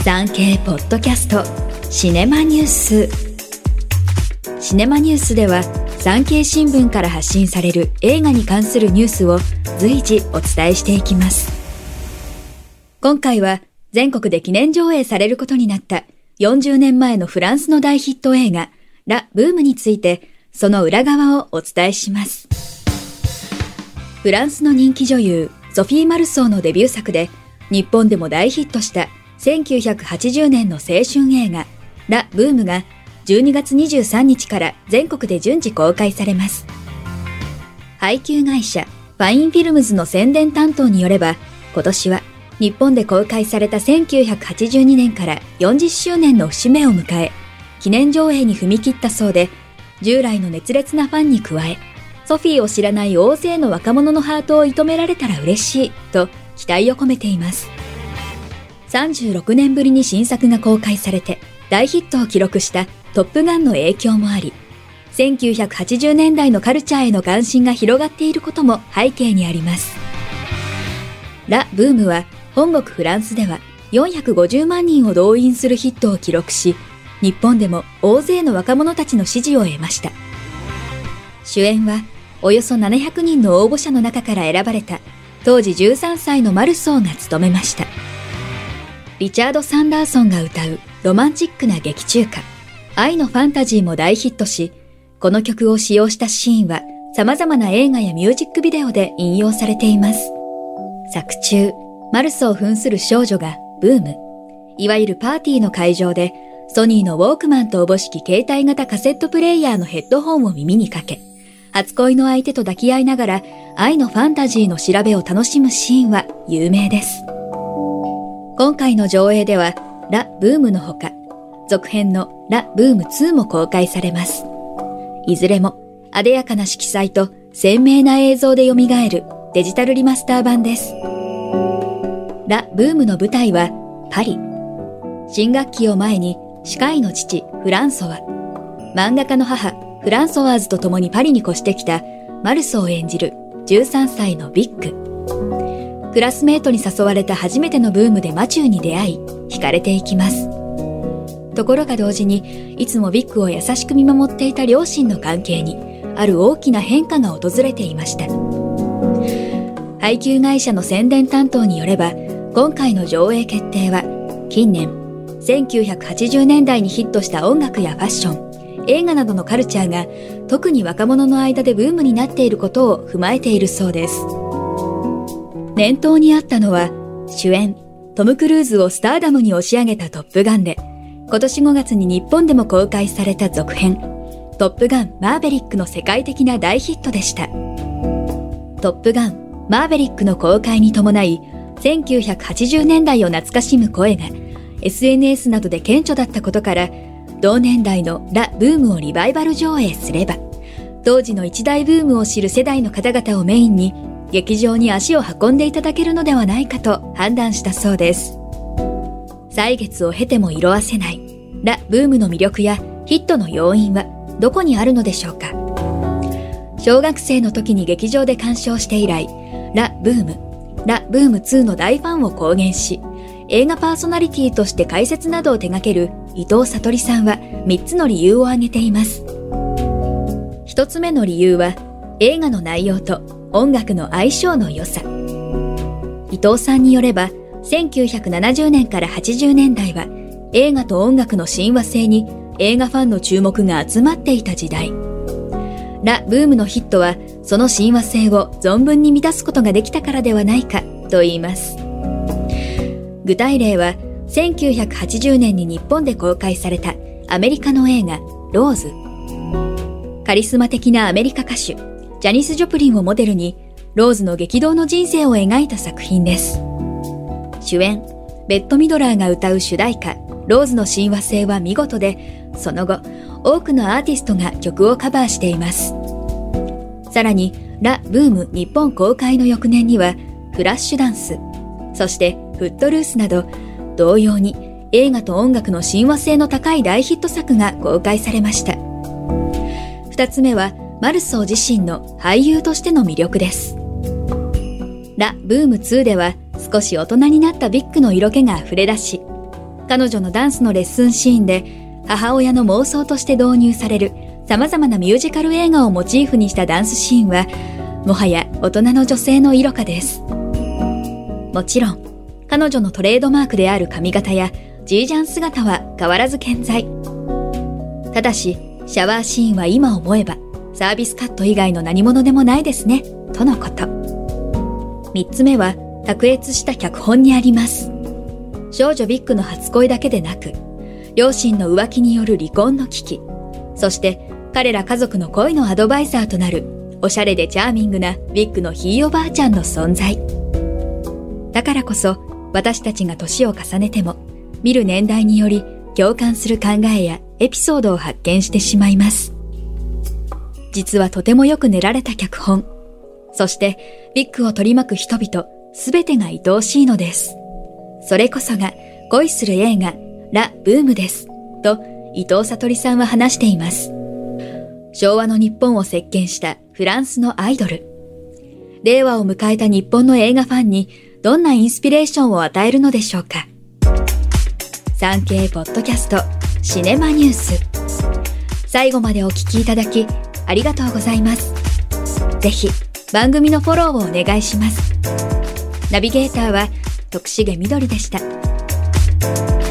産経ポッドキャストシネマニュース。シネマニュースでは産経新聞から発信される映画に関するニュースを随時お伝えしていきます。今回は全国で記念上映されることになった40年前のフランスの大ヒット映画ラ・ブームについて、その裏側をお伝えします。フランスの人気女優ソフィー・マルソーのデビュー作で日本でも大ヒットした1980年の青春映画ラ・ブームが12月23日から全国で順次公開されます。配給会社ファインフィルムズの宣伝担当によれば、今年は日本で公開された1982年から40周年の節目を迎え、記念上映に踏み切ったそうで、従来の熱烈なファンに加え、ソフィーを知らない大勢の若者のハートを射止められたら嬉しいと期待を込めています。36年ぶりに新作が公開されて大ヒットを記録したトップガンの影響もあり、1980年代のカルチャーへの関心が広がっていることも背景にあります。ラ・ブームは本国フランスでは450万人を動員するヒットを記録し、日本でも大勢の若者たちの支持を得ました。主演はおよそ700人の応募者の中から選ばれた当時13歳のマルソーが務めました。リチャード・サンダーソンが歌うロマンチックな劇中歌愛のファンタジーも大ヒットし、この曲を使用したシーンは様々な映画やミュージックビデオで引用されています。作中、マルソーを扮する少女がブーム、いわゆるパーティーの会場でソニーのウォークマンとおぼしき携帯型カセットプレイヤーのヘッドホンを耳にかけ、初恋の相手と抱き合いながら愛のファンタジーの調べを楽しむシーンは有名です。今回の上映ではラ・ブームのほか、続編のラ・ブーム2も公開されます。いずれもあでやかな色彩と鮮明な映像で蘇るデジタルリマスター版です。ラ・ブームの舞台はパリ。新学期を前に歯科医の父フランソワ、漫画家の母フランソワーズと共にパリに越してきたマルソーを演じる13歳のビッグ。クラスメートに誘われた初めてのブームでマチューに出会い、惹かれていきます。ところが同時に、いつもビッグを優しく見守っていた両親の関係に、ある大きな変化が訪れていました。配給会社の宣伝担当によれば、今回の上映決定は、近年、1980年代にヒットした音楽やファッション、映画などのカルチャーが、特に若者の間でブームになっていることを踏まえているそうです。念頭にあったのは、主演、トム・クルーズをスターダムに押し上げたトップガンで、今年5月に日本でも公開された続編、トップガン・マーヴェリックの世界的な大ヒットでした。トップガン・マーヴェリックの公開に伴い、1980年代を懐かしむ声が SNS などで顕著だったことから、同年代のラ・ブームをリバイバル上映すれば、当時の一大ブームを知る世代の方々をメインに、劇場に足を運んでいただけるのではないかと判断したそうです。歳月を経ても色褪せないラ・ブームの魅力やヒットの要因はどこにあるのでしょうか。小学生の時に劇場で鑑賞して以来、ラ・ブーム2の大ファンを公言し、映画パーソナリティとして解説などを手掛ける伊藤さとりさんは3つの理由を挙げています。1つ目の理由は映画の内容と音楽の相性の良さ。伊藤さんによれば、1970年から80年代は映画と音楽の親和性に映画ファンの注目が集まっていた時代。ラ・ブームのヒットはその親和性を存分に満たすことができたからではないかと言います。具体例は1980年に日本で公開されたアメリカの映画ローズ。カリスマ的なアメリカ歌手ジャニス・ジョプリンをモデルにローズの激動の人生を描いた作品です。主演ベッド・ミドラーが歌う主題歌ローズの親和性は見事で、その後多くのアーティストが曲をカバーしています。さらにラ・ブーム日本公開の翌年にはフラッシュダンス、そしてフットルースなど同様に映画と音楽の親和性の高い大ヒット作が公開されました。二つ目はマルソー自身の俳優としての魅力です。ラ・ブーム2では少し大人になったビッグの色気が溢れ出し、 彼女のダンスのレッスンシーンで母親の妄想として導入される様々なミュージカル映画をモチーフにしたダンスシーンはもはや大人の女性の色香です。もちろん彼女のトレードマークである髪型やジージャン姿は変わらず健在。ただしシャワーシーンは今思えばサービスカット以外の何者でもないですねとのこと。3つ目は卓越した脚本にあります。少女ビッグの初恋だけでなく両親の浮気による離婚の危機、そして彼ら家族の恋のアドバイザーとなるおしゃれでチャーミングなビッグのひいおばあちゃんの存在。だからこそ私たちが年を重ねても見る年代により共感する考えやエピソードを発見してしまいます。実はとてもよく練られた脚本、そしてビッグを取り巻く人々すべてが愛おしいのです。それこそが恋する映画ラ・ブームですと伊藤さとりさんは話しています。昭和の日本を席巻したフランスのアイドル。令和を迎えた日本の映画ファンにどんなインスピレーションを与えるのでしょうか。産経ポッドキャストシネマニュース、最後までお聞きいただきありがとうございます。ぜひ番組のフォローをお願いします。ナビゲーターは徳重みどりでした。